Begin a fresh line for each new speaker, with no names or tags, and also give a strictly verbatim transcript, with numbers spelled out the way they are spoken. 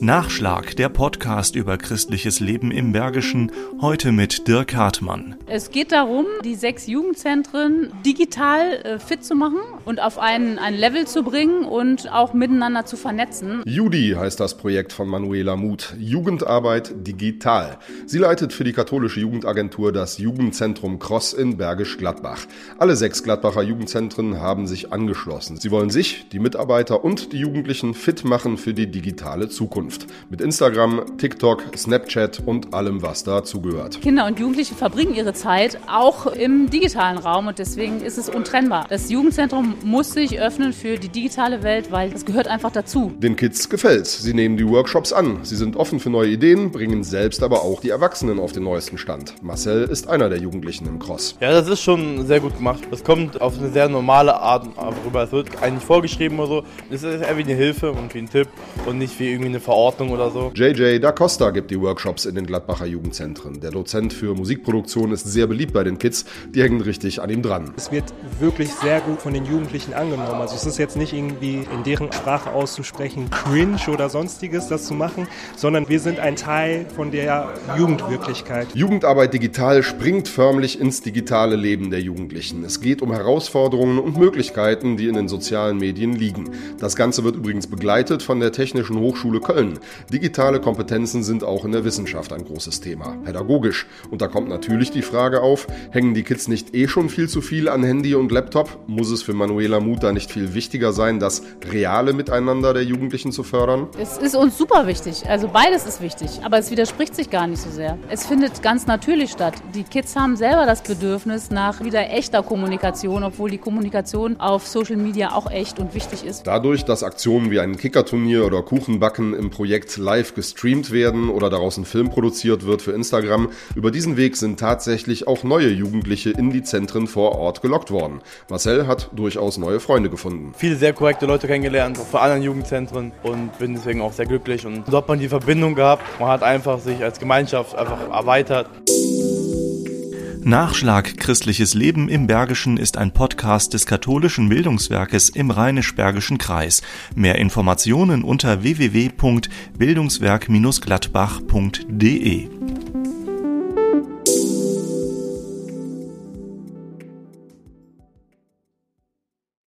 Nachschlag, der Podcast über christliches Leben im Bergischen, heute mit Dirk Hartmann.
Es geht darum, die sechs Jugendzentren digital äh, fit zu machen und auf ein, ein Level zu bringen und auch miteinander zu vernetzen.
Judi heißt das Projekt von Manuela Muth, Jugendarbeit digital. Sie leitet für die katholische Jugendagentur das Jugendzentrum Cross in Bergisch Gladbach. Alle sechs Gladbacher Jugendzentren haben sich angeschlossen. Sie wollen sich, die Mitarbeiter und die Jugendlichen fit machen für die digitale Zukunft. Mit Instagram, TikTok, Snapchat und allem, was dazugehört.
Kinder und Jugendliche verbringen ihre Zeit auch im digitalen Raum und deswegen ist es untrennbar. Das Jugendzentrum muss sich öffnen für die digitale Welt, weil das gehört einfach dazu.
Den Kids gefällt's. Sie nehmen die Workshops an. Sie sind offen für neue Ideen, bringen selbst aber auch die Erwachsenen auf den neuesten Stand. Marcel ist einer der Jugendlichen im Cross.
Ja, das ist schon sehr gut gemacht. Das kommt auf eine sehr normale Art rüber. Es wird eigentlich vorgeschrieben oder so. Es ist eher wie eine Hilfe und wie ein Tipp und nicht wie irgendwie eine Verordnung oder so.
J J Da Costa gibt die Workshops in den Gladbacher Jugendzentren. Der Dozent für Musikproduktion ist sehr beliebt bei den Kids. Die hängen richtig an ihm dran.
Es wird wirklich sehr gut von den Jugendlichen angenommen. Also es ist jetzt nicht irgendwie in deren Sprache auszusprechen, cringe oder sonstiges, das zu machen, sondern wir sind ein Teil von der Jugendwirklichkeit.
Jugendarbeit digital springt förmlich ins digitale Leben der Jugendlichen. Es geht um Herausforderungen und Möglichkeiten, die in den sozialen Medien liegen. Das Ganze wird übrigens begleitet von der Technischen Hochschule Köln. Digitale Kompetenzen sind auch in der Wissenschaft ein großes Thema, pädagogisch. Und da kommt natürlich die Frage auf, hängen die Kids nicht eh schon viel zu viel an Handy und Laptop? Muss es für Manuela Muth da nicht viel wichtiger sein, das reale Miteinander der Jugendlichen zu fördern?
Es ist uns super wichtig, also beides ist wichtig, aber es widerspricht sich gar nicht so sehr. Es findet ganz natürlich statt. Die Kids haben selber das Bedürfnis nach wieder echter Kommunikation, obwohl die Kommunikation auf Social Media auch echt und wichtig ist.
Dadurch, dass Aktionen wie ein Kickerturnier oder Kuchenbacken im Projekt live gestreamt werden oder daraus ein Film produziert wird für Instagram. Über diesen Weg sind tatsächlich auch neue Jugendliche in die Zentren vor Ort gelockt worden. Marcel hat durchaus neue Freunde gefunden.
Viele sehr korrekte Leute kennengelernt, auch von anderen Jugendzentren und bin deswegen auch sehr glücklich. Und so hat man die Verbindung gehabt. Man hat einfach sich als Gemeinschaft einfach erweitert.
Nachschlag Christliches Leben im Bergischen ist ein Podcast des katholischen Bildungswerkes im Rheinisch-Bergischen Kreis. Mehr Informationen unter w w w punkt bildungswerk Bindestrich gladbach punkt d e.